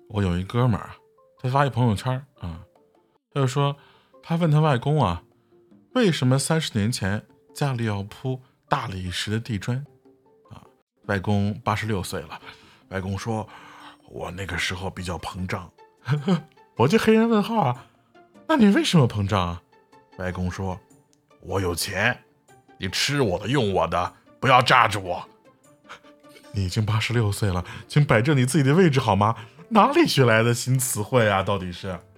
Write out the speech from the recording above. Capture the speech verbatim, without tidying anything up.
我有一哥们儿，他发一朋友圈啊，他就说他问他外公啊，为什么三十年前家里要铺大理石的地砖啊？外公八十六岁了，外公说，我那个时候比较膨胀。我这黑人问号啊，那你为什么膨胀啊？外公说，我有钱，你吃我的用我的，不要炸着我。你已经八十六岁了，请摆正你自己的位置好吗？哪里学来的新词汇啊？到底是？